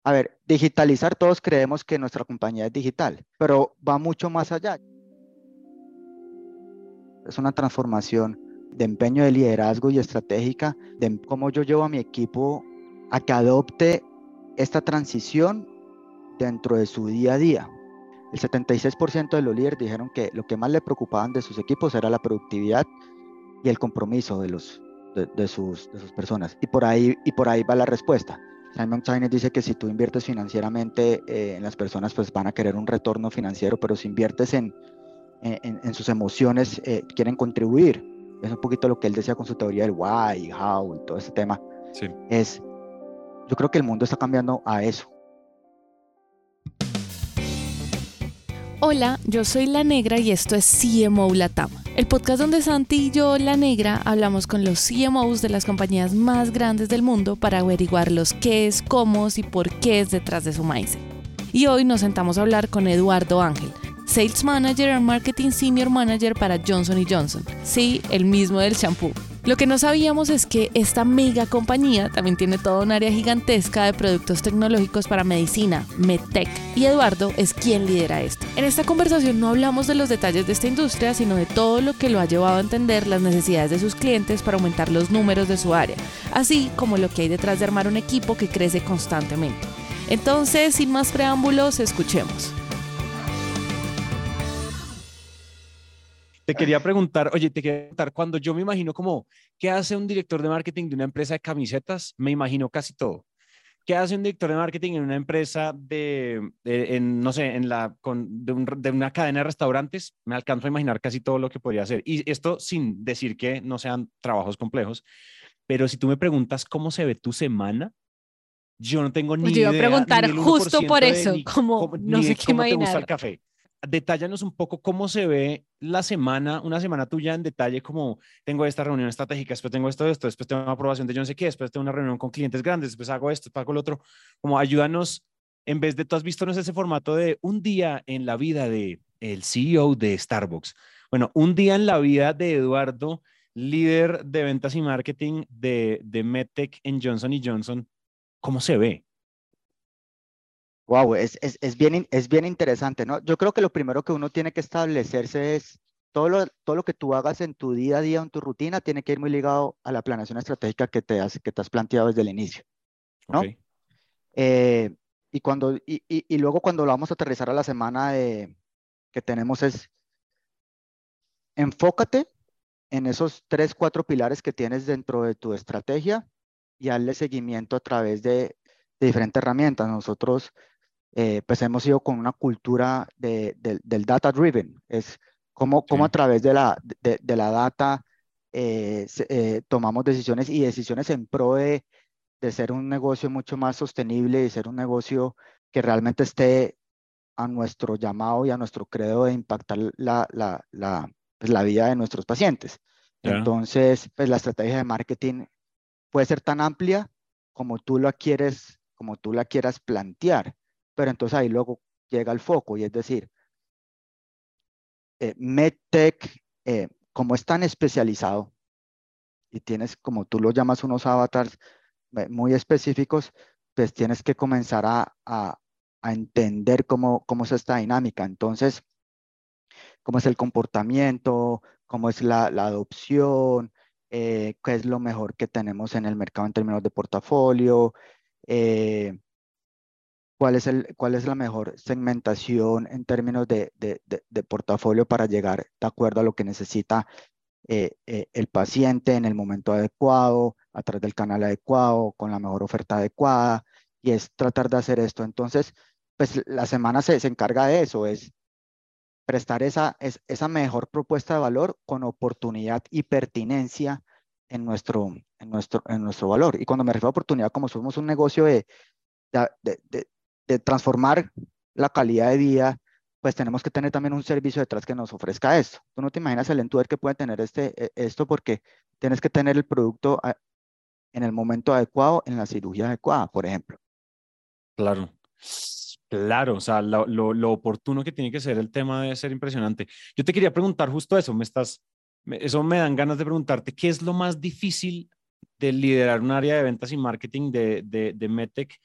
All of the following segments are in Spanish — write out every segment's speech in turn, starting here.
A ver, digitalizar, todos creemos que nuestra compañía es digital, pero va mucho más allá. Es una transformación de empeño de liderazgo y estratégica de cómo yo llevo a mi equipo a que adopte esta transición dentro de su día a día. El 76% de los líderes dijeron que lo que más le preocupaban de sus equipos era la productividad y el compromiso de sus personas. Y por ahí va la respuesta. Simon Sinek dice que si tú inviertes financieramente en las personas, pues van a querer un retorno financiero, pero si inviertes en sus emociones, quieren contribuir. Es un poquito lo que él decía con su teoría del why, how y todo ese tema. Sí. Yo creo que el mundo está cambiando a eso. Hola, yo soy La Negra y esto es CMO Latam, el podcast donde Santi y yo, La Negra, hablamos con los CMOs de las compañías más grandes del mundo para averiguar los qué es, cómo y por qué es detrás de su mindset. Y hoy nos sentamos a hablar con Eduardo Ángel, Sales Manager and Marketing Senior Manager para Johnson & Johnson. Sí, el mismo del champú. Lo que no sabíamos es que esta mega compañía también tiene toda un área gigantesca de productos tecnológicos para medicina, MedTech, y Eduardo es quien lidera esto. En esta conversación no hablamos de los detalles de esta industria, sino de todo lo que lo ha llevado a entender las necesidades de sus clientes para aumentar los números de su área, así como lo que hay detrás de armar un equipo que crece constantemente. Entonces, sin más preámbulos, escuchemos. Te quería preguntar, cuando yo me imagino como, ¿qué hace un director de marketing de una empresa de camisetas? Me imagino casi todo. ¿Qué hace un director de marketing en una empresa no sé, de una cadena de restaurantes? Me alcanzo a imaginar casi todo lo que podría hacer. Y esto sin decir que no sean trabajos complejos, pero si tú me preguntas cómo se ve tu semana, yo no tengo Pues ni yo iba a idea, preguntar ni el justo por 1% eso, como no ni sé de qué cómo te gusta el imaginar. café. Detállanos un poco cómo se ve la semana, una semana tuya en detalle, como tengo esta reunión estratégica, después tengo esto, después tengo una aprobación de yo no sé qué, después tengo una reunión con clientes grandes, después hago esto, pago lo otro. Como ayúdanos, en vez de tú has visto no sé, ese formato de un día en la vida de el CEO de Starbucks. Bueno, un día en la vida de Eduardo, líder de ventas y marketing de MedTech en Johnson Johnson. ¿Cómo se ve? Wow, es bien interesante, ¿no? Yo creo que lo primero que uno tiene que establecerse es todo lo que tú hagas en tu día a día, en tu rutina, tiene que ir muy ligado a la planeación estratégica que te has planteado desde el inicio, Ok, ¿no? Eh, y luego cuando lo vamos a aterrizar a la semana que tenemos es, enfócate en esos tres, cuatro pilares que tienes dentro de tu estrategia y hazle seguimiento a través de diferentes herramientas. Nosotros pues hemos ido con una cultura del data driven, es cómo a sí, través de la data tomamos decisiones y decisiones en pro de ser un negocio mucho más sostenible y ser un negocio que realmente esté a nuestro llamado y a nuestro credo de impactar pues, la vida de nuestros pacientes. ya, Entonces, pues la estrategia de marketing puede ser tan amplia como tú la quieras plantear, pero entonces ahí luego llega el foco y es decir, MedTech, como es tan especializado y tienes, como tú lo llamas, unos avatars muy específicos, pues tienes que comenzar a entender cómo es esta dinámica. Entonces, cómo es el comportamiento, cómo es la adopción, qué es lo mejor que tenemos en el mercado en términos de portafolio, eh, cuál es la mejor segmentación en términos de portafolio para llegar de acuerdo a lo que necesita el paciente en el momento adecuado, a través del canal adecuado, con la mejor oferta adecuada, y es tratar de hacer esto. Entonces, pues la semana se encarga de eso, es prestar esa mejor propuesta de valor con oportunidad y pertinencia en nuestro valor. Y cuando me refiero a oportunidad, como somos un negocio de, de- de- de transformar la calidad de vida, pues tenemos que tener también un servicio detrás que nos ofrezca esto. Tú no te imaginas el entuer que puede tener esto porque tienes que tener el producto en el momento adecuado, en la cirugía adecuada, por ejemplo. claro. Claro, o sea, lo oportuno que tiene que ser el tema debe ser impresionante. Yo te quería preguntar justo eso, eso me dan ganas de preguntarte, ¿qué es lo más difícil de liderar un área de ventas y marketing de MedTech?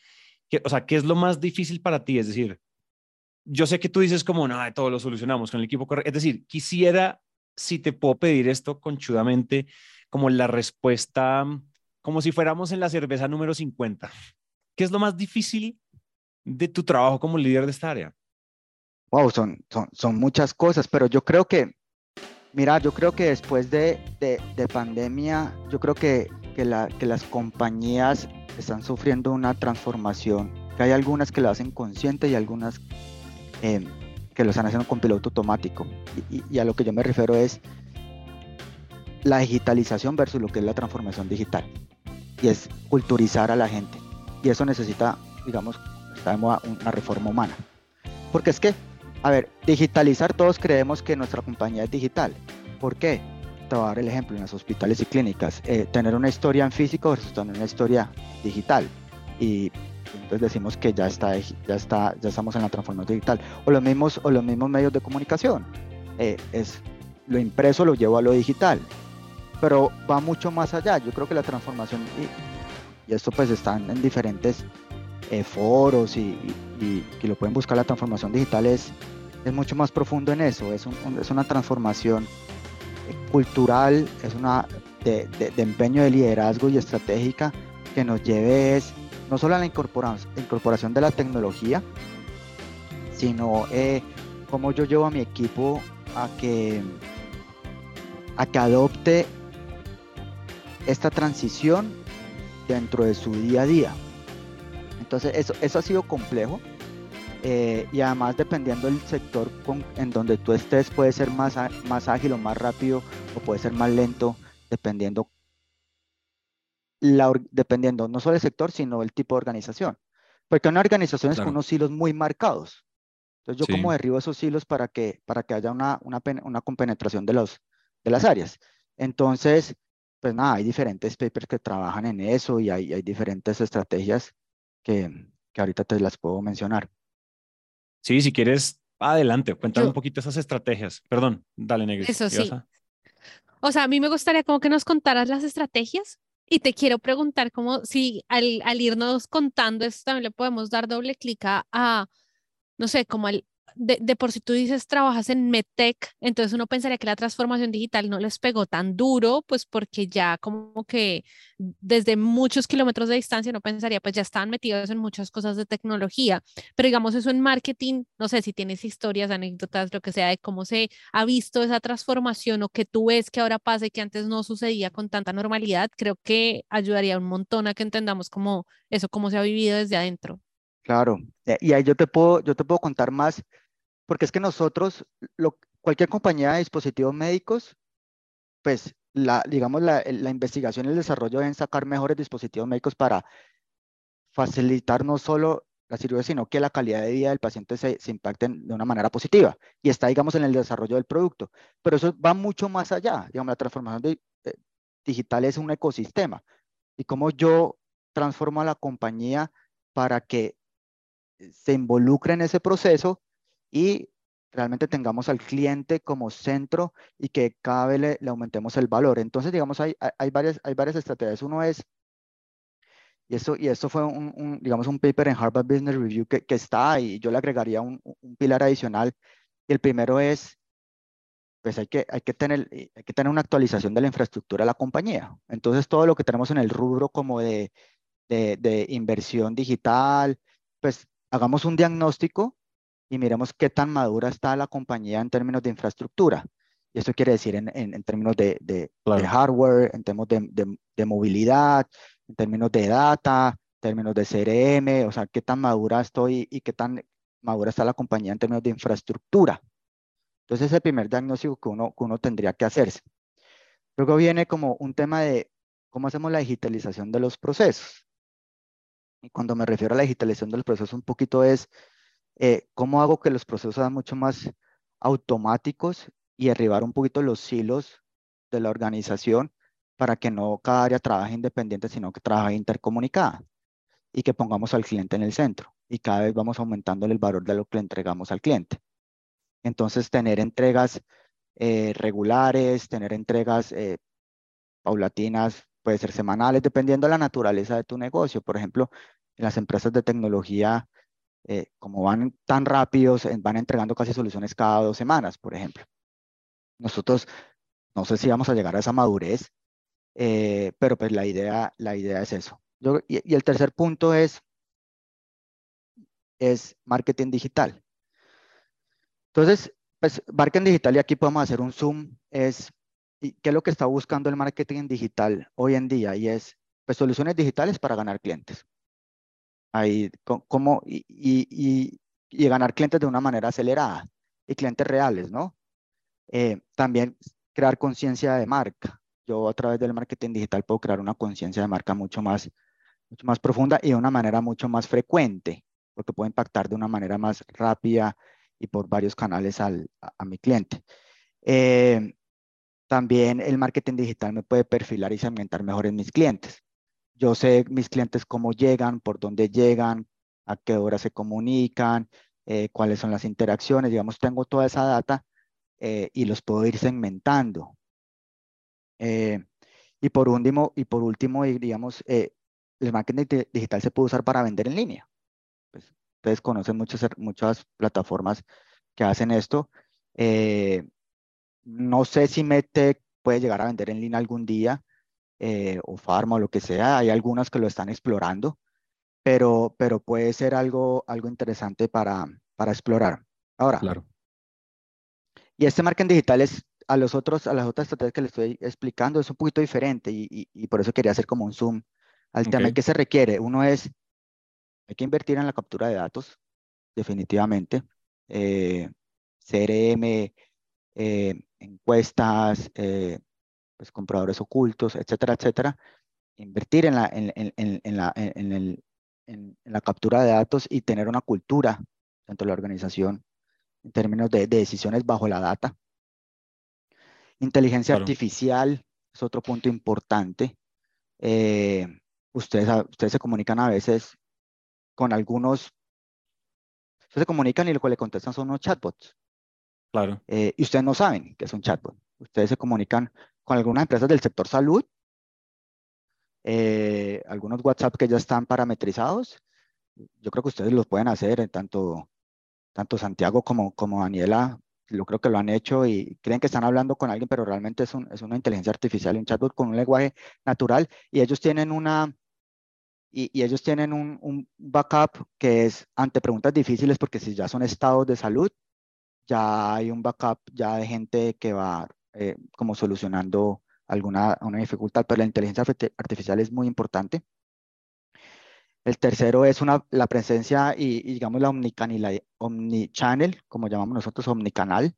O sea, ¿qué es lo más difícil para ti? Es decir, yo sé que tú dices como, no, todo lo solucionamos con el equipo correcto. Es decir, quisiera, si te puedo pedir esto conchudamente, como la respuesta, como si fuéramos en la cerveza número 50. ¿Qué es lo más difícil de tu trabajo como líder de esta área? Wow, son muchas cosas, pero yo creo que, mira, yo creo que después de pandemia, yo creo que las compañías están sufriendo una transformación, que hay algunas que lo hacen consciente y algunas eh, que lo están haciendo con piloto automático. Y a lo que yo me refiero es la digitalización versus lo que es la transformación digital. Y es culturizar a la gente. Y eso necesita, digamos, está de moda una reforma humana. Porque es que, a ver, digitalizar, todos creemos que nuestra compañía es digital. ¿Por qué? Te voy a dar el ejemplo en los hospitales y clínicas. Tener una historia en físico versus tener una historia digital. Y entonces decimos que ya estamos en la transformación digital. O los mismos medios de comunicación. Es lo impreso lo llevo a lo digital. Pero va mucho más allá. Yo creo que la transformación, y esto pues están en diferentes foros y que lo pueden buscar, la transformación digital es mucho más profundo en eso. Es una transformación cultural, es una de empeño de liderazgo y estratégica que nos lleve no solo a la incorporación de la tecnología, sino cómo yo llevo a mi equipo a que adopte esta transición dentro de su día a día. Entonces eso ha sido complejo, y además dependiendo del sector en donde tú estés, puede ser más ágil o más rápido, o puede ser más lento, dependiendo no solo el sector, sino el tipo de organización. Porque una organización es con Claro. unos hilos muy marcados. Entonces yo Sí. como derribo esos hilos para que haya una compenetración de las áreas. Entonces, pues nada, hay diferentes papers que trabajan en eso, y hay diferentes estrategias que ahorita te las puedo mencionar. Sí, si quieres, adelante, cuéntame un Yo, poquito esas estrategias. Perdón, dale, Negris. eso ¿Ibas sí. a? O sea, a mí me gustaría como que nos contaras las estrategias y te quiero preguntar como si al irnos contando esto también le podemos dar doble clic no sé, como de por si tú dices trabajas en MedTech, entonces uno pensaría que la transformación digital no les pegó tan duro, pues porque ya como que desde muchos kilómetros de distancia uno pensaría, pues ya estaban metidos en muchas cosas de tecnología, pero digamos eso en marketing, no sé si tienes historias, anécdotas, lo que sea, de cómo se ha visto esa transformación o que tú ves que ahora pasa y que antes no sucedía con tanta normalidad, creo que ayudaría un montón a que entendamos cómo eso, cómo se ha vivido desde adentro. Claro, y ahí yo te puedo contar más, porque es que nosotros, cualquier compañía de dispositivos médicos, pues digamos, la investigación y el desarrollo deben sacar mejores dispositivos médicos para facilitar no solo la cirugía, sino que la calidad de vida del paciente se impacte de una manera positiva. Y está, digamos, en el desarrollo del producto. Pero eso va mucho más allá. Digamos, la transformación digital es un ecosistema. Y cómo yo transformo a la compañía para que se involucre en ese proceso y realmente tengamos al cliente como centro, y que cada vez le aumentemos el valor. Entonces, digamos, hay varias estrategias. Uno es, y esto fue digamos, un paper en Harvard Business Review que está, y yo le agregaría un pilar adicional. Y el primero es, pues hay que tener una actualización de la infraestructura de la compañía. Entonces, todo lo que tenemos en el rubro como de inversión digital, pues hagamos un diagnóstico y miremos qué tan madura está la compañía en términos de infraestructura. Y esto quiere decir en términos de Claro. hardware, en términos de movilidad, en términos de data, en términos de CRM, o sea, qué tan madura estoy y qué tan madura está la compañía en términos de infraestructura. Entonces, es el primer diagnóstico que uno tendría que hacerse. Luego viene como un tema de cómo hacemos la digitalización de los procesos. Y cuando me refiero a la digitalización de los procesos, un poquito es cómo hago que los procesos sean mucho más automáticos y derribar un poquito los hilos de la organización, para que no cada área trabaje independiente, sino que trabaje intercomunicada, y que pongamos al cliente en el centro, y cada vez vamos aumentando el valor de lo que le entregamos al cliente. Entonces, tener entregas regulares, tener entregas paulatinas, puede ser semanales, dependiendo de la naturaleza de tu negocio. Por ejemplo, las empresas de tecnología, como van tan rápidos, van entregando casi soluciones cada 2 semanas, por ejemplo. Nosotros no sé si vamos a llegar a esa madurez, pero pues la idea es eso. Y el tercer punto es marketing digital. Entonces, pues marketing digital, y aquí podemos hacer un zoom, ¿qué es lo que está buscando el marketing digital hoy en día? Y es, pues, soluciones digitales para ganar clientes. Ahí, y ganar clientes de una manera acelerada, y clientes reales, ¿no? También crear conciencia de marca. Yo a través del marketing digital puedo crear una conciencia de marca mucho más profunda y de una manera mucho más frecuente, porque puedo impactar de una manera más rápida y por varios canales a mi cliente. También el marketing digital me puede perfilar y segmentar mejor en mis clientes. Yo sé mis clientes cómo llegan, por dónde llegan, a qué hora se comunican, cuáles son las interacciones. Digamos, tengo toda esa data, y los puedo ir segmentando. Y por último, digamos, el marketing digital se puede usar para vender en línea. Pues, ustedes conocen muchas plataformas que hacen esto. No sé si Medtech puede llegar a vender en línea algún día, o Pharma o lo que sea. Hay algunas que lo están explorando, pero puede ser algo interesante para explorar. Ahora, Claro. y este marketing digital a las otras estrategias que le estoy explicando es un poquito diferente, y por eso quería hacer como un zoom al tema. ¿Y Ok. qué se requiere? Hay que invertir en la captura de datos, definitivamente. CRM, encuestas, pues compradores ocultos, etcétera, etcétera. Invertir en la captura de datos y tener una cultura dentro de la organización en términos de decisiones bajo la data. Inteligencia Claro. artificial es otro punto importante. Eh, ustedes se comunican a veces con algunos, ustedes se comunican y lo que le contestan son unos chatbots. Claro. Y ustedes no saben qué es un chatbot. Ustedes se comunican con algunas empresas del sector salud, algunos WhatsApp que ya están parametrizados. Yo creo que ustedes los pueden hacer, tanto Santiago como Daniela. Yo creo que lo han hecho y creen que están hablando con alguien, pero realmente es una inteligencia artificial, un chatbot con un lenguaje natural, y ellos tienen un backup que es ante preguntas difíciles, porque si ya son estados de salud, ya hay un backup ya de gente que va, como solucionando una dificultad, pero la inteligencia artificial es muy importante. El tercero es la presencia y digamos la omnichannel, como llamamos nosotros, omnicanal.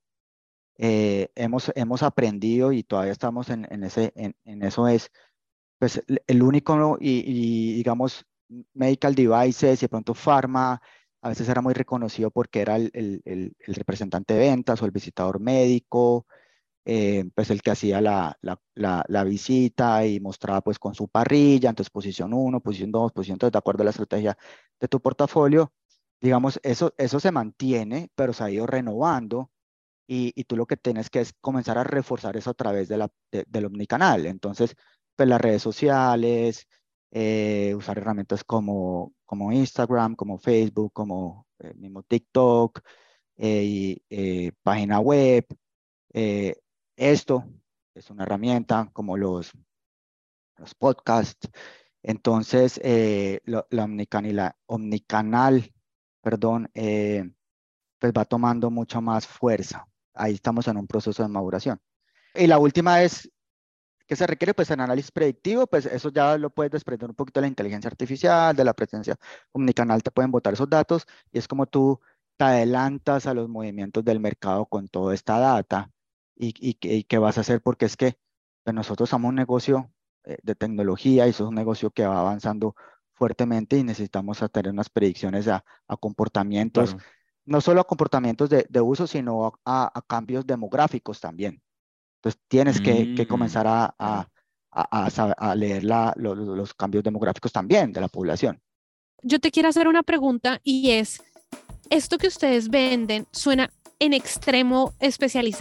Hemos aprendido y todavía estamos en eso, es pues el único, ¿no? Y digamos medical devices y de pronto pharma, a veces era muy reconocido porque era el representante de ventas o el visitador médico, pues el que hacía la visita y mostraba pues con su parrilla, entonces posición 1, posición 2, posición 3, de acuerdo a la estrategia de tu portafolio. Digamos, eso se mantiene, pero se ha ido renovando, y tú lo que tienes que es comenzar a reforzar eso a través del omnicanal. Entonces, pues las redes sociales, usar herramientas como Instagram, como Facebook, como mismo TikTok, página web. eh, Esto es una herramienta como los podcasts. Entonces, la omnicanal, perdón, pues va tomando mucho más fuerza. Ahí estamos en un proceso de maduración. Y la última es, ¿qué se requiere? Pues en análisis predictivo, pues eso ya lo puedes desprender un poquito de la inteligencia artificial, de la presencia omnicanal, te pueden botar esos datos, y es como tú te adelantas a los movimientos del mercado con toda esta data, y qué vas a hacer, porque es que pues nosotros somos un negocio, de tecnología, y eso es un negocio que va avanzando fuertemente, y necesitamos tener unas predicciones a comportamientos, Claro. no solo a comportamientos de uso, sino a cambios demográficos también. Entonces tienes que comenzar Claro. a leer los cambios demográficos también de la población. Yo te quiero hacer una pregunta y esto que ustedes venden suena en extremo especializado.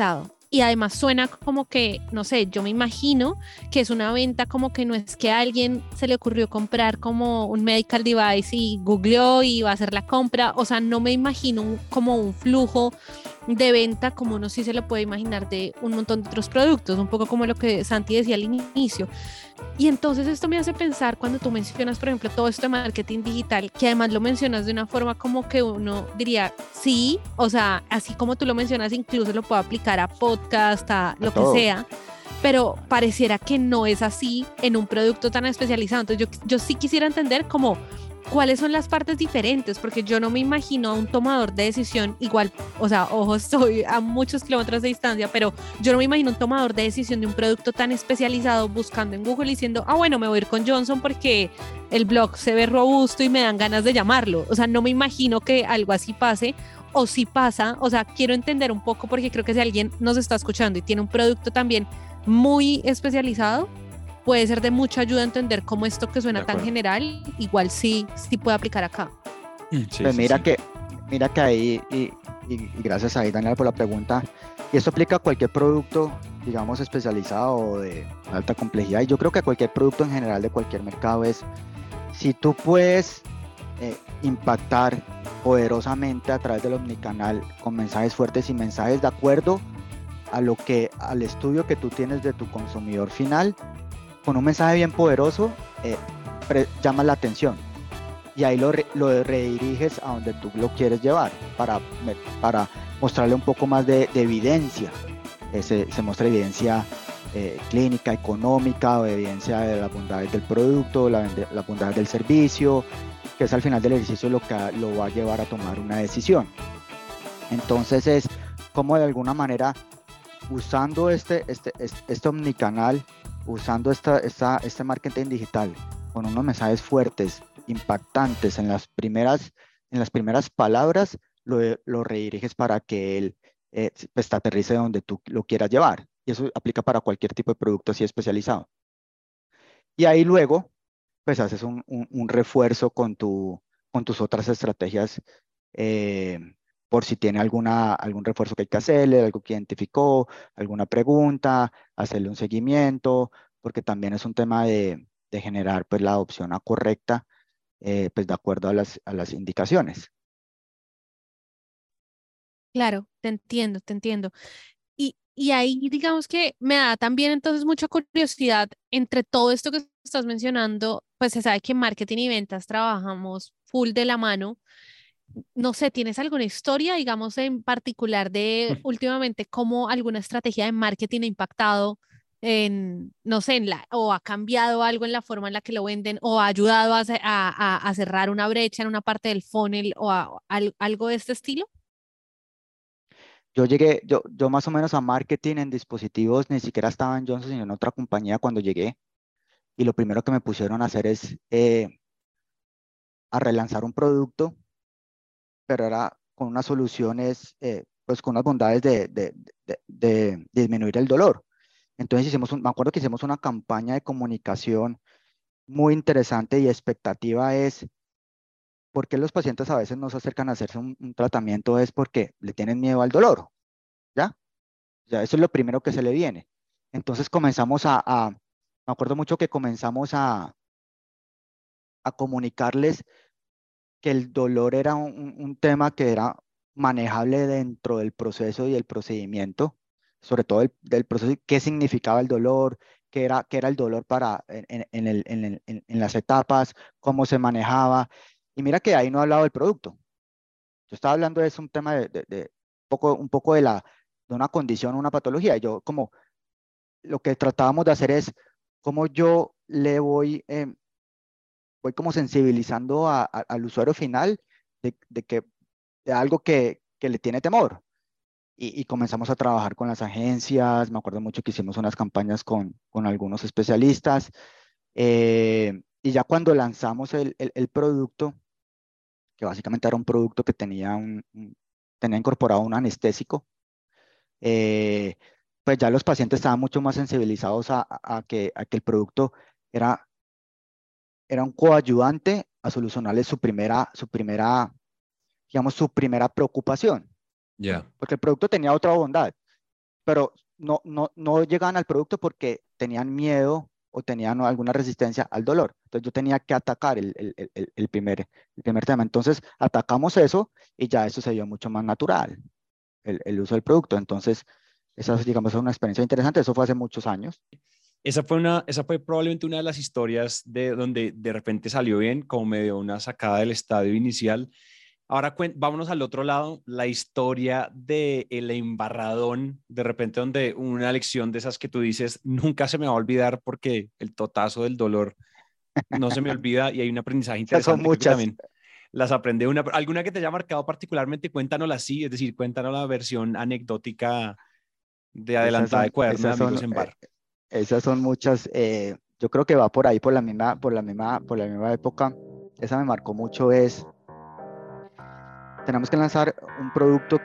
Y además suena como que, no sé, yo me imagino que es una venta como que no es que a alguien se le ocurrió comprar como un medical device y googleó y va a hacer la compra. O sea, no me imagino como un flujo de venta como uno sí se lo puede imaginar de un montón de otros productos, un poco como lo que Santi decía al inicio. Y entonces esto me hace pensar cuando tú mencionas, por ejemplo, todo esto de marketing digital, que además lo mencionas de una forma como que uno diría, sí, o sea, así como tú lo mencionas, incluso lo puedo aplicar a podcast, a lo que todo. sea, pero pareciera que no es así en un producto tan especializado. Entonces yo sí quisiera entender cómo cuáles son las partes diferentes, porque yo no me imagino a un tomador de decisión igual, o sea, ojo, estoy a muchos kilómetros de distancia, pero yo no me imagino un tomador de decisión de un producto tan especializado buscando en Google y diciendo, ah, bueno, me voy a ir con Johnson porque el blog se ve robusto y me dan ganas de llamarlo. O sea, no me imagino que algo así pase, o si pasa, o sea, quiero entender un poco porque creo que si alguien nos está escuchando y tiene un producto también muy especializado, puede ser de mucha ayuda a entender cómo esto que suena tan general, igual sí puede aplicar acá. Sí, Pues sí, mira sí. mira que ahí, y gracias ahí, Daniel, por la pregunta, y esto aplica a cualquier producto, digamos, especializado o de alta complejidad, y yo creo que a cualquier producto en general de cualquier mercado es, si tú puedes impactar poderosamente a través del omnicanal con mensajes fuertes y mensajes de acuerdo al estudio que tú tienes de tu consumidor final, con un mensaje bien poderoso, llama la atención y ahí lo rediriges a donde tú lo quieres llevar para mostrarle un poco más de evidencia. Se muestra evidencia clínica, económica, o evidencia de las bondades del producto, las bondades del servicio, que es al final del ejercicio lo que lo va a llevar a tomar una decisión. Entonces es como de alguna manera usando este omnicanal, usando este marketing digital con unos mensajes fuertes, impactantes en las primeras palabras, lo rediriges para que él pues, te aterrice donde tú lo quieras llevar. Y eso aplica para cualquier tipo de producto así especializado. Y ahí luego, pues haces un refuerzo con tus otras estrategias, eh, por si tiene algún refuerzo que hay que hacerle, algo que identificó, alguna pregunta, hacerle un seguimiento, porque también es un tema de generar pues, la adopción correcta, pues de acuerdo a las indicaciones. Claro, te entiendo, te entiendo. Y ahí digamos que me da también entonces mucha curiosidad entre todo esto que estás mencionando, pues se sabe que en marketing y ventas trabajamos full de la mano. No sé, ¿tienes alguna historia, digamos, en particular de últimamente cómo alguna estrategia de marketing ha impactado en, no sé, o ha cambiado algo en la forma en la que lo venden o ha ayudado a cerrar una brecha en una parte del funnel o algo de este estilo? Yo más o menos a marketing en dispositivos, ni siquiera estaba en Johnson, sino en otra compañía cuando llegué, y lo primero que me pusieron a hacer es a relanzar un producto, pero era con unas soluciones, pues con unas bondades de disminuir el dolor. Entonces me acuerdo que hicimos una campaña de comunicación muy interesante y expectativa es, ¿por qué los pacientes a veces no se acercan a hacerse un tratamiento? Es porque le tienen miedo al dolor, ¿ya? Ya eso es lo primero que se le viene. Entonces comenzamos me acuerdo mucho que comenzamos a comunicarles que el dolor era un tema que era manejable dentro del proceso y el procedimiento, sobre todo del proceso, qué significaba el dolor, qué era el dolor en las etapas, cómo se manejaba. Y mira que ahí no he hablado del producto. Yo estaba hablando de eso, un tema un poco de una condición, una patología. Y yo como lo que tratábamos de hacer es cómo yo le voy como sensibilizando al usuario final de algo que le tiene temor. Y comenzamos a trabajar con las agencias, me acuerdo mucho que hicimos unas campañas con algunos especialistas, y ya cuando lanzamos el producto, que básicamente era un producto que tenía incorporado un anestésico, eh, pues ya los pacientes estaban mucho más sensibilizados a que el producto era, era un coayudante a solucionarles digamos, su primera preocupación, Ya. porque el producto tenía otra bondad, pero no llegaban al producto porque tenían miedo o tenían alguna resistencia al dolor. Entonces yo tenía que atacar el primer tema. Entonces atacamos eso y ya eso se dio mucho más natural, el uso del producto. Entonces esa, digamos, es una experiencia interesante. Eso fue hace muchos años. Esa fue probablemente una de las historias de donde de repente salió bien, como medio una sacada del estadio inicial. Ahora vámonos al otro lado, la historia de el embarradón, de repente donde una lección de esas que tú dices, nunca se me va a olvidar porque el totazo del dolor no se me olvida y hay un aprendizaje Esas son interesante, creo que muchas. también las aprende alguna que te haya marcado particularmente, cuéntanosla así, es decir, cuéntanos la versión anecdótica de Esas adelantada de son, cuaderno de esas amigos son, en bar. esas son muchas. Yo creo que va por ahí, por la misma época. Esa me marcó mucho. Tenemos que lanzar un producto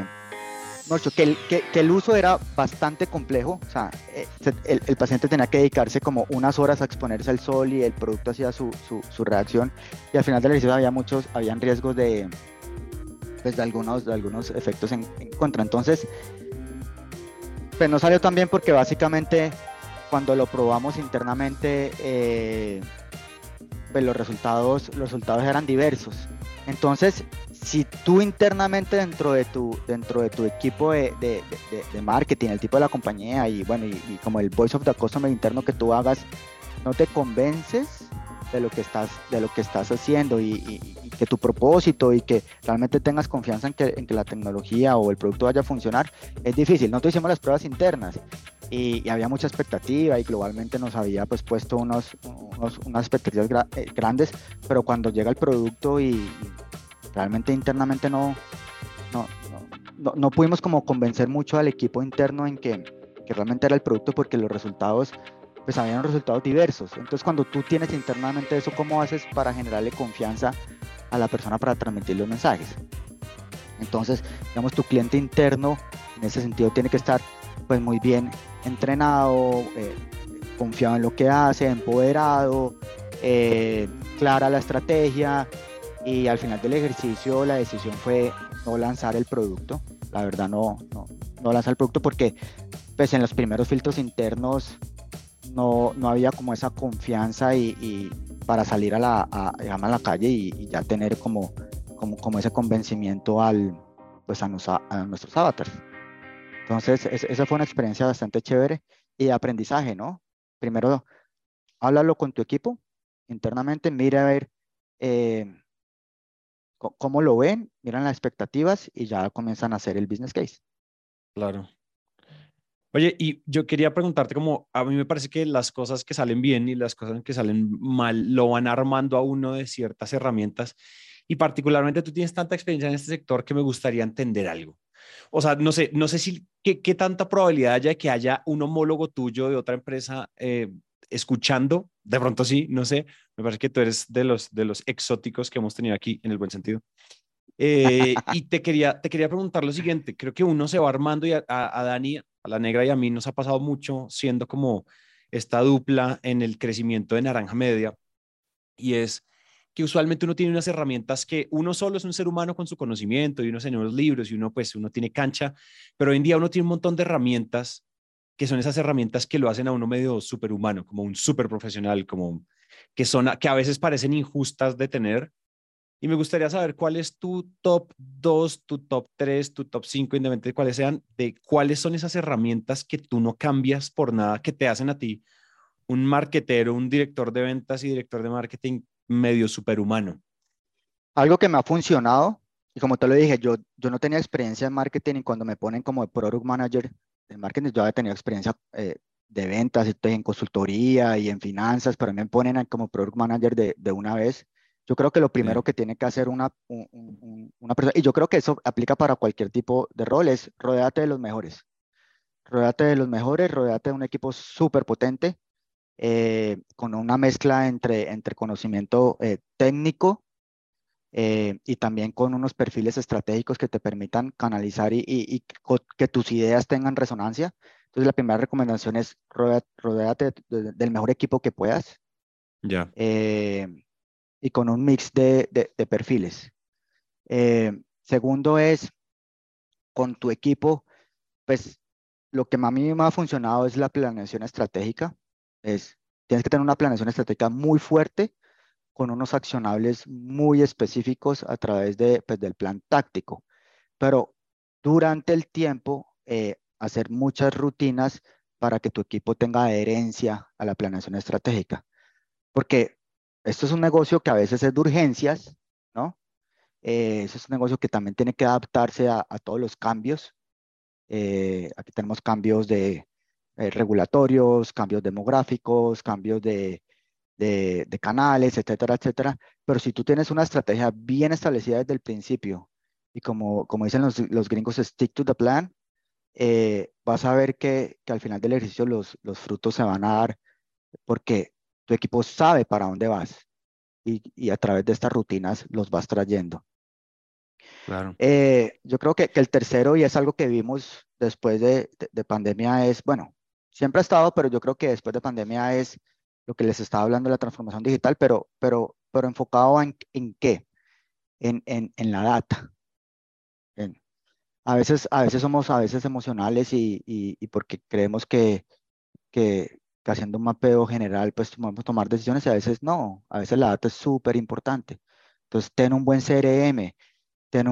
que el uso era bastante complejo. O sea, el paciente tenía que dedicarse como unas horas a exponerse al sol y el producto hacía su reacción. Y al final del ejercicio habían riesgos pues, de algunos efectos en contra. Entonces, pues no salió tan bien porque básicamente cuando lo probamos internamente, pues los resultados eran diversos. Entonces, si tú internamente dentro de tu equipo de marketing, el tipo de la compañía y bueno, y como el voice of the customer interno que tú hagas, no te convences de lo que estás haciendo y que tu propósito y que realmente tengas confianza en que la tecnología o el producto vaya a funcionar, es difícil. Nosotros hicimos las pruebas internas y había mucha expectativa y globalmente nos había pues puesto unas expectativas grandes, pero cuando llega el producto y realmente internamente no, no pudimos como convencer mucho al equipo interno en que realmente era el producto porque los resultados pues habían resultados diversos. Entonces cuando tú tienes internamente eso, ¿cómo haces para generarle confianza a la persona para transmitir los mensajes? Entonces, digamos, tu cliente interno en ese sentido tiene que estar pues muy bien entrenado, confiado en lo que hace, empoderado, clara la estrategia y al final del ejercicio la decisión fue no lanzar el producto. La verdad no lanzar el producto porque pues en los primeros filtros internos no había como esa confianza y para salir digamos, a la calle y ya tener como ese convencimiento pues a nuestros avatars. Entonces, esa fue una experiencia bastante chévere y de aprendizaje, ¿no? Primero, háblalo con tu equipo internamente, mira a ver eh, cómo lo ven, miran las expectativas y ya comienzan a hacer el business case. Claro. Oye, y yo quería preguntarte como a mí me parece que las cosas que salen bien y las cosas que salen mal lo van armando a uno de ciertas herramientas y particularmente tú tienes tanta experiencia en este sector que me gustaría entender algo. O sea, no sé si qué tanta probabilidad haya de que haya un homólogo tuyo de otra empresa escuchando, de pronto sí, no sé, me parece que tú eres de los exóticos que hemos tenido aquí en el buen sentido. Y te quería preguntar lo siguiente, creo que uno se va armando y a Dani, a la negra y a mí nos ha pasado mucho siendo como esta dupla en el crecimiento de Naranja Media y es que usualmente uno tiene unas herramientas que uno solo es un ser humano con su conocimiento y uno se lee unos libros y uno tiene cancha, pero hoy en día uno tiene un montón de herramientas que son esas herramientas que lo hacen a uno medio superhumano, como un super profesional, como que a veces parecen injustas de tener y me gustaría saber cuál es tu top 2, tu top 3, tu top 5, independientemente de cuáles sean, de cuáles son esas herramientas que tú no cambias por nada, que te hacen a ti un marketero, un director de ventas y director de marketing medio superhumano. Algo que me ha funcionado, y como te lo dije, yo no tenía experiencia en marketing y cuando me ponen como product manager de marketing, yo había tenido experiencia de ventas, en consultoría y en finanzas, pero me ponen como product manager de una vez. Yo creo que lo primero Sí. que tiene que hacer una persona, y yo creo que eso aplica para cualquier tipo de rol, es rodéate de los mejores. Rodéate de los mejores, rodéate de un equipo súper potente, con una mezcla entre conocimiento técnico y también con unos perfiles estratégicos que te permitan canalizar y que tus ideas tengan resonancia. Entonces, la primera recomendación es rodéate del mejor equipo que puedas Ya. eh, y con un mix de perfiles. Segundo es, con tu equipo, pues lo que a mí me ha funcionado es la planeación estratégica. Tienes que tener una planeación estratégica muy fuerte con unos accionables muy específicos a través pues, del plan táctico. Pero durante el tiempo, hacer muchas rutinas para que tu equipo tenga adherencia a la planeación estratégica. Porque esto es un negocio que a veces es de urgencias, ¿no? Eso es un negocio que también tiene que adaptarse a todos los cambios. Aquí tenemos cambios de regulatorios, cambios demográficos, cambios de canales, etcétera, etcétera. Pero si tú tienes una estrategia bien establecida desde el principio y como dicen los gringos, stick to the plan, vas a ver que al final del ejercicio los frutos se van a dar porque tu equipo sabe para dónde vas y a través de estas rutinas los vas trayendo. Claro. Yo creo que el tercero, y es algo que vimos después de pandemia, es, bueno, siempre ha estado, pero yo creo que después de pandemia es lo que les estaba hablando de la transformación digital, pero enfocado en qué, en la data. En- a veces somos a veces emocionales y porque creemos que haciendo un mapeo general, pues podemos tomar decisiones y a veces no, a veces la data es súper importante. Entonces, ten un buen CRM, ten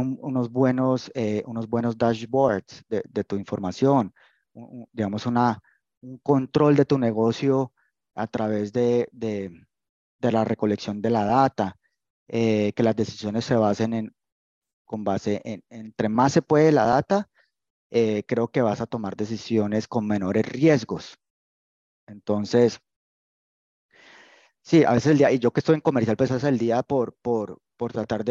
unos buenos dashboards de tu información, digamos, un control de tu negocio a través de la recolección de la data, que las decisiones se basen con base entre más se puede la data, creo que vas a tomar decisiones con menores riesgos. Entonces, sí, a veces el día, y yo que estoy en comercial, pues a veces el día por tratar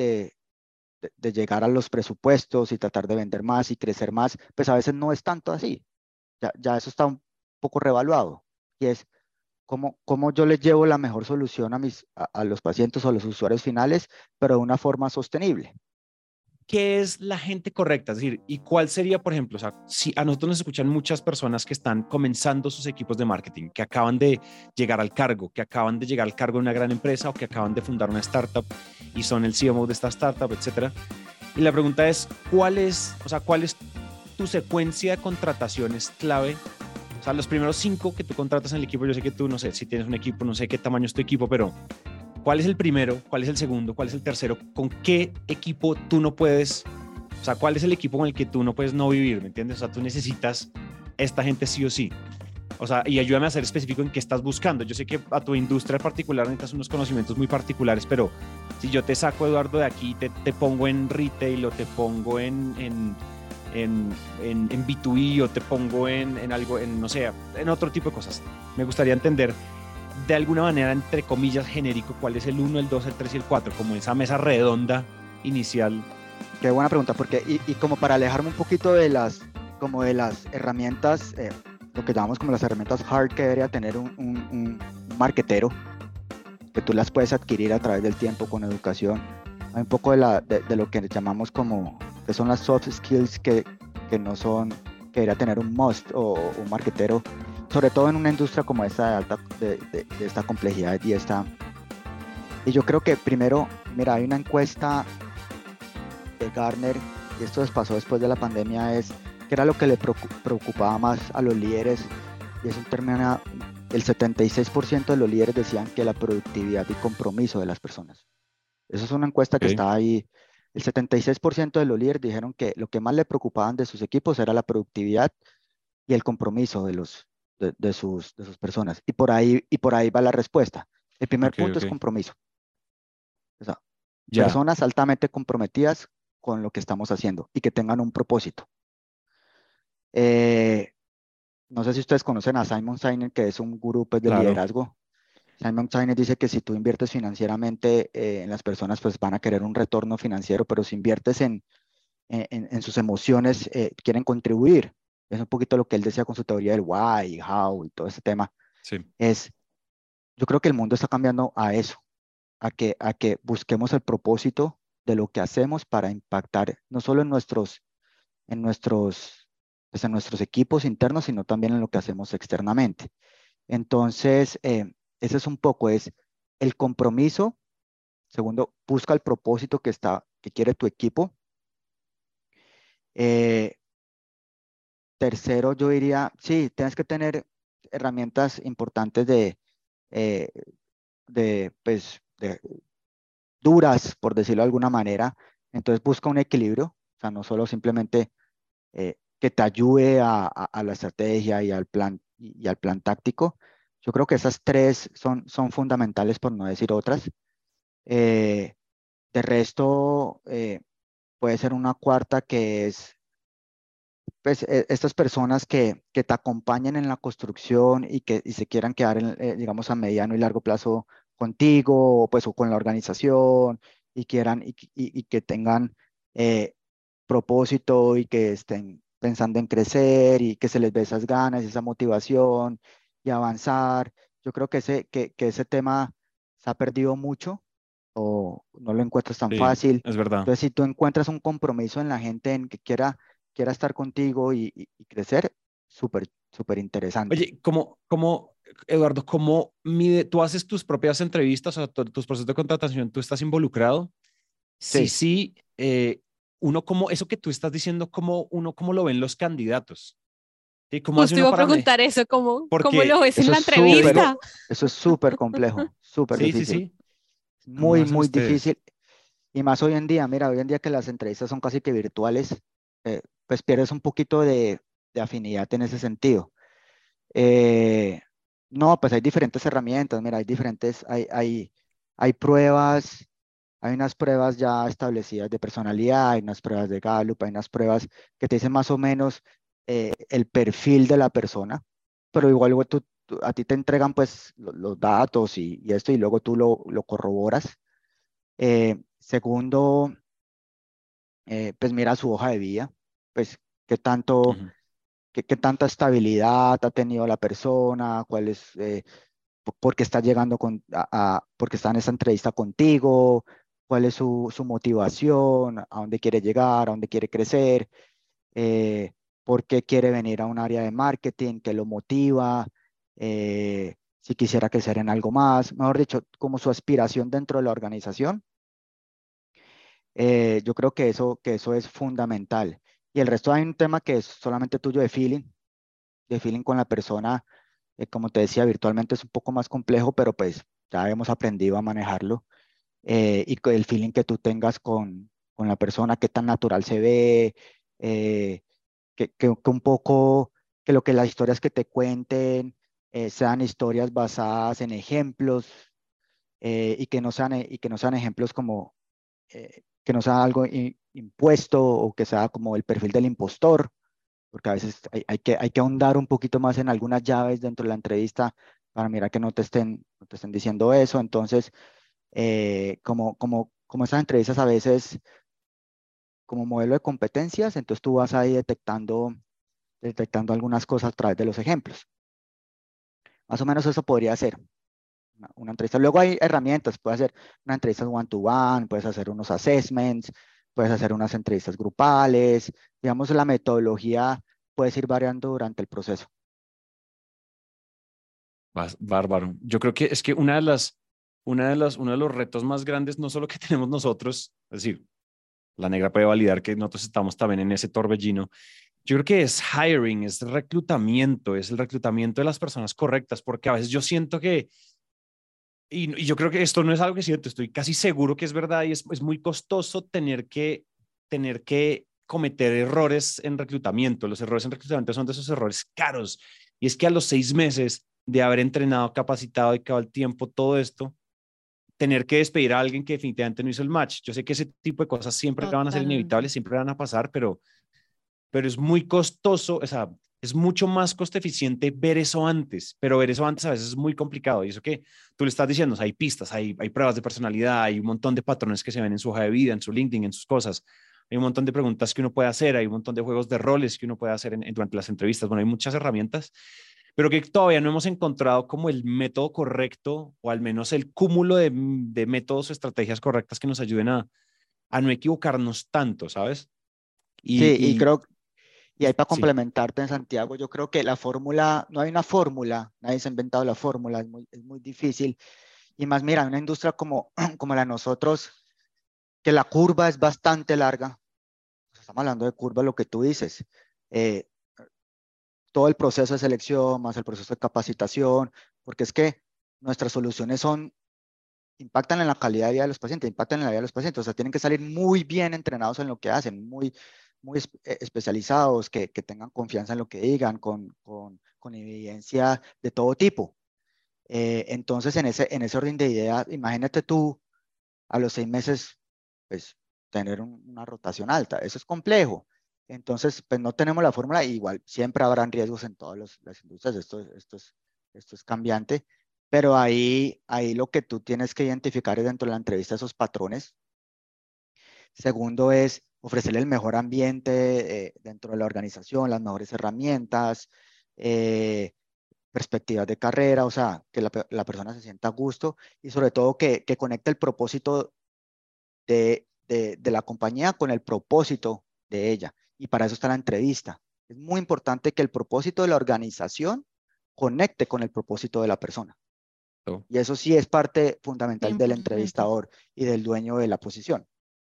de llegar a los presupuestos y tratar de vender más y crecer más, pues a veces no es tanto así. Ya eso está un poco revaluado. Y es cómo yo les llevo la mejor solución a los pacientes o a los usuarios finales, pero de una forma sostenible. ¿Qué es la gente correcta? Es decir, ¿y cuál sería, por ejemplo, o sea, si a nosotros nos escuchan muchas personas que están comenzando sus equipos de marketing, que acaban de llegar al cargo, que acaban de llegar al cargo de una gran empresa o que acaban de fundar una startup y son el CMO de esta startup, etcétera? Y la pregunta es, ¿cuál es tu secuencia de contrataciones clave? O sea, los primeros 5 que tú contratas en el equipo, yo sé que tú, no sé, si tienes un equipo, no sé qué tamaño es tu equipo, pero ¿cuál es el primero? ¿Cuál es el segundo? ¿Cuál es el tercero? ¿Con qué equipo tú no puedes, o sea, cuál es el equipo con el que tú no puedes no vivir? ¿Me entiendes? O sea, tú necesitas esta gente sí o sí. O sea, y ayúdame a ser específico en qué estás buscando. Yo sé que a tu industria particular necesitas unos conocimientos muy particulares, pero si yo te saco, Eduardo, de aquí, te pongo en retail o te pongo en B2B o te pongo en algo, no sé, en otro tipo de cosas. Me gustaría entender de alguna manera, entre comillas, genérico, cuál es el 1, el 2, el 3 y el 4, como esa mesa redonda inicial. Qué buena pregunta, porque y como para alejarme un poquito como de las herramientas, lo que llamamos como las herramientas hard que debería tener un marketero, que tú las puedes adquirir a través del tiempo con educación. Hay un poco de lo que llamamos como, que son las soft skills que no son, que debería tener un must o un marketero, sobre todo en una industria como esta de esta complejidad y yo creo que primero, mira, hay una encuesta de Gartner, y esto pasó después de la pandemia, es que era lo que le preocupaba más a los líderes, y es un término, el 76% de los líderes decían que la productividad y compromiso de las personas. Esa es una encuesta que Okay. está ahí. El 76% de los líderes dijeron que lo que más le preocupaban de sus equipos era la productividad y el compromiso de sus personas. Y por ahí va la respuesta. El primer Ok, punto es ok. compromiso. O sea, Ya. personas altamente comprometidas con lo que estamos haciendo y que tengan un propósito. Eh, no sé si ustedes conocen a Simon Sinek, que es un gurú pues, de Claro. liderazgo. Simon Sinek dice que si tú inviertes financieramente en las personas, pues van a querer un retorno financiero, pero si inviertes en sus emociones, quieren contribuir. Es un poquito lo que él decía con su teoría del why, how y todo ese tema. Sí. Yo creo que el mundo está cambiando a eso, a que busquemos el propósito de lo que hacemos para impactar no solo en nuestros, pues en nuestros equipos internos, sino también en lo que hacemos externamente. Entonces, ese es un poco, es el compromiso. Segundo, busca el propósito que quiere tu equipo. Eh, tercero, yo diría, sí, tienes que tener herramientas importantes eh, pues, duras, por decirlo de alguna manera. Entonces busca un equilibrio, o sea, no solo simplemente que te ayude a la estrategia y al plan táctico. Yo creo que esas tres son fundamentales, por no decir otras. Eh, de resto, puede ser una cuarta que es pues, estas personas que te acompañen en la construcción y se quieran quedar, digamos, a mediano y largo plazo contigo, pues, o con la organización, y quieran y que tengan propósito y que estén pensando en crecer y que se les ve esas ganas, esa motivación y avanzar. Yo creo que ese tema se ha perdido mucho o no lo encuentras tan Sí, fácil. es verdad. Entonces, si tú encuentras un compromiso en la gente en que quiera estar contigo y crecer, súper, súper interesante. Oye, Eduardo, ¿cómo mide? ¿Tú haces tus propias entrevistas, o sea, tus procesos de contratación, tú estás involucrado? Sí, Sí, sí, uno como, eso que tú estás diciendo, ¿cómo lo ven los candidatos? ¿Sí? ¿Cómo hace Justo uno iba a para mí? preguntar eso, ¿cómo lo Porque ves en eso la es yo súper, digo, entrevista? eso es súper complejo, súper sí, sí, difícil, sí, ¿cómo muy, hacen muy ustedes? difícil. Y más hoy en día, mira, hoy en día que las entrevistas son casi que virtuales, pues pierdes un poquito de afinidad en ese sentido. Eh, no, pues hay diferentes herramientas, mira, hay pruebas, hay unas pruebas ya establecidas de personalidad, hay unas pruebas de Gallup, hay unas pruebas que te dicen más o menos el perfil de la persona, pero igual luego a ti te entregan pues los datos y esto y luego tú lo corroboras. Segundo, pues mira su hoja de vida, pues qué tanto, Ujú. qué tanta estabilidad ha tenido la persona, por qué está llegando por qué está en esa entrevista contigo, cuál es su motivación, a dónde quiere llegar, a dónde quiere crecer, eh, por qué quiere venir a un área de marketing, qué lo motiva, si quisiera crecer en algo más, mejor dicho, como su aspiración dentro de la organización. Yo creo que eso es fundamental. Y el resto hay un tema que es solamente tuyo de feeling con la persona. Como te decía, virtualmente es un poco más complejo, pero pues ya hemos aprendido a manejarlo. El feeling que tú tengas con la persona, qué tan natural se ve, eh, que un poco, que lo que las historias que te cuenten sean historias basadas en ejemplos y que no sean ejemplos como que no sea algo impuesto o que sea como el perfil del impostor, porque a veces hay que ahondar un poquito más en algunas llaves dentro de la entrevista para mirar que no te estén diciendo eso. Entonces, como esas entrevistas a veces como modelo de competencias, entonces tú vas ahí detectando algunas cosas a través de los ejemplos. Más o menos eso podría ser una entrevista. Luego hay herramientas, puedes hacer una entrevista one-to-one, puedes hacer unos assessments, puedes hacer unas entrevistas grupales. Digamos, la metodología puedes ir variando durante el proceso. Bárbaro. Yo creo que es que uno de los retos más grandes, no solo que tenemos nosotros, es decir, la negra puede validar que nosotros estamos también en ese torbellino. Yo creo que es hiring, es reclutamiento, es el reclutamiento de las personas correctas, porque a veces yo siento que, y yo creo que esto no es algo que siento, estoy casi seguro que es verdad y es muy costoso tener que cometer errores en reclutamiento. Los errores en reclutamiento son de esos errores caros. Y es que a los 6 meses de haber entrenado, capacitado, dedicado el tiempo, todo esto, tener que despedir a alguien que definitivamente no hizo el match. Yo sé que ese tipo de cosas siempre van a ser Totalmente. inevitables, siempre van a pasar, pero es muy costoso, o sea, es mucho más costo eficiente ver eso antes, pero ver eso antes a veces es muy complicado. Y eso que tú le estás diciendo, o sea, hay pistas, hay pruebas de personalidad, hay un montón de patrones que se ven en su hoja de vida, en su LinkedIn, en sus cosas. Hay un montón de preguntas que uno puede hacer, hay un montón de juegos de roles que uno puede hacer durante las entrevistas. Bueno, hay muchas herramientas, pero que todavía no hemos encontrado como el método correcto o al menos el cúmulo de métodos o estrategias correctas que nos ayuden a no equivocarnos tanto, ¿sabes? Sí, y Y, creo, y ahí para sí. complementarte en Santiago, yo creo que la fórmula, no hay una fórmula, nadie se ha inventado la fórmula, es muy difícil. Y más, mira, una industria como, como la de nosotros, que la curva es bastante larga. Estamos hablando de curva, lo que tú dices. Eh, todo el proceso de selección, más el proceso de capacitación, porque es que nuestras soluciones impactan en la calidad de vida de los pacientes, impactan en la vida de los pacientes, o sea, tienen que salir muy bien entrenados en lo que hacen, muy especializados, que tengan confianza en lo que digan, con evidencia de todo tipo. Entonces, en ese orden de ideas, imagínate tú a los 6 meses, pues, tener una rotación alta. Eso es complejo. Entonces, pues, no tenemos la fórmula. Igual, siempre habrán riesgos en todas las industrias. Esto es cambiante. Pero ahí lo que tú tienes que identificar es dentro de la entrevista esos patrones. Segundo es ofrecerle el mejor ambiente dentro de la organización, las mejores herramientas, perspectivas de carrera, o sea, que la persona se sienta a gusto y sobre todo que conecte el propósito de la compañía con el propósito de ella. Y para eso está la entrevista. Es muy importante que el propósito de la organización conecte con el propósito de la persona. Oh. Y eso sí es parte fundamental del 100%. entrevistador y del dueño de la posición.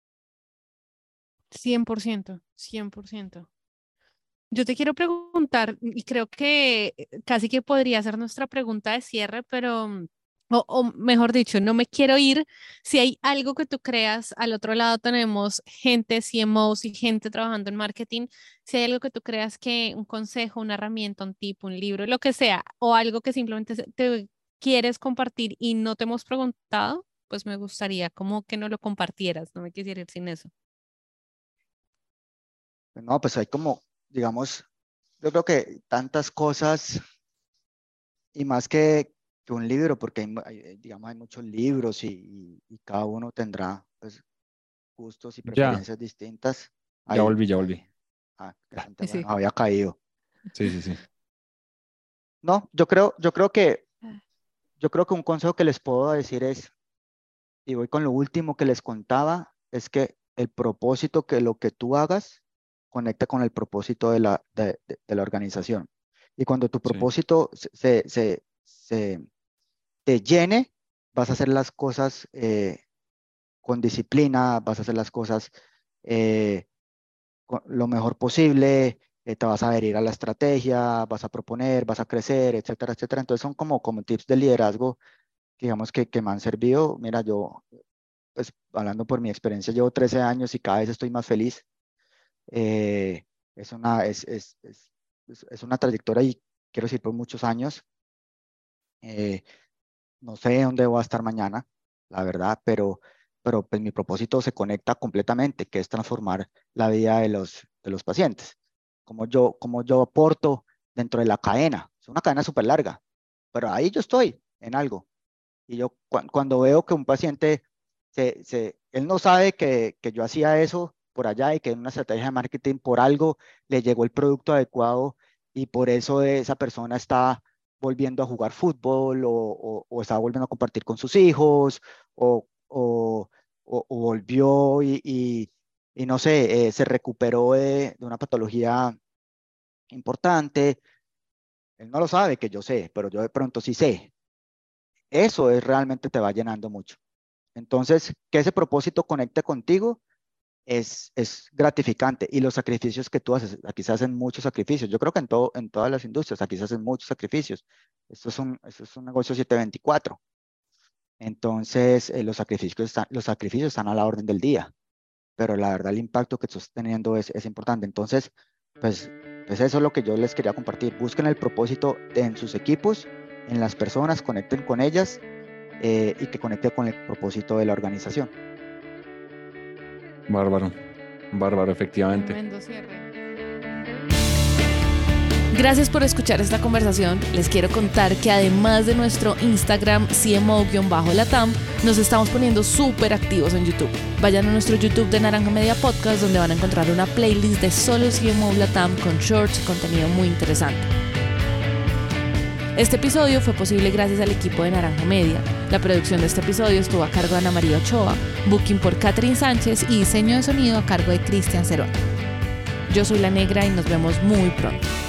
100%, 100%. Yo te quiero preguntar, y creo que casi que podría ser nuestra pregunta de cierre, pero, o mejor dicho, no me quiero ir. Si hay algo que tú creas, al otro lado tenemos gente, CMOs y gente trabajando en marketing. Si hay algo que tú creas que un consejo, una herramienta, un tip, un libro, lo que sea, o algo que simplemente te quieres compartir y no te hemos preguntado, pues me gustaría como que no lo compartieras. No me quisiera ir sin eso. No, pues hay como, digamos, yo creo que tantas cosas y más que un libro, porque digamos, hay muchos libros y cada uno tendrá pues, gustos y preferencias distintas. Ya volví. Ah, Sí. bueno, había caído. Sí. No, yo creo que un consejo que les puedo decir es, y voy con lo último que les contaba, es que el propósito, que lo que tú hagas, conecta con el propósito de la organización. Y cuando tu propósito te llene, vas a hacer las cosas con disciplina, vas a hacer las cosas lo mejor posible, te vas a adherir a la estrategia, vas a proponer, vas a crecer, etcétera, etcétera. Entonces son como tips de liderazgo, digamos, que me han servido. Mira, yo, pues hablando por mi experiencia, llevo 13 años y cada vez estoy más feliz. Es una trayectoria y quiero decir por muchos años. No sé dónde voy a estar mañana, la verdad, pero pues mi propósito se conecta completamente, que es transformar la vida de los pacientes. Como yo aporto dentro de la cadena. Es una cadena súper larga, pero ahí yo estoy en algo. Y yo cuando veo que un paciente, él no sabe que yo hacía eso por allá y que en una estrategia de marketing por algo le llegó el producto adecuado y por eso esa persona está volviendo a jugar fútbol o está volviendo a compartir con sus hijos o volvió y no sé, se recuperó de una patología importante. Él no lo sabe que yo sé, pero yo de pronto sí sé. Eso realmente te va llenando mucho. Entonces, que ese propósito conecte contigo es gratificante. Y los sacrificios que tú haces, aquí se hacen muchos sacrificios. Yo creo que en todas las industrias aquí se hacen muchos sacrificios. Esto es un negocio 7/24. Entonces, los sacrificios están a la orden del día. Pero la verdad, el impacto que estás teniendo es importante. Entonces, pues eso es lo que yo les quería compartir. Busquen el propósito en sus equipos, en las personas, conecten con ellas y que conecte con el propósito de la organización. Bárbaro, efectivamente. Tremendo cierre. Gracias por escuchar esta conversación. Les quiero contar que además de nuestro Instagram CMO-Latam, nos estamos poniendo súper activos en YouTube. Vayan a nuestro YouTube de Naranja Media Podcast, donde van a encontrar una playlist de solo CMO Latam con shorts y contenido muy interesante. Este episodio fue posible gracias al equipo de Naranja Media. La producción de este episodio estuvo a cargo de Ana María Ochoa, booking por Catherine Sánchez y diseño de sonido a cargo de Cristian Cerón. Yo soy La Negra y nos vemos muy pronto.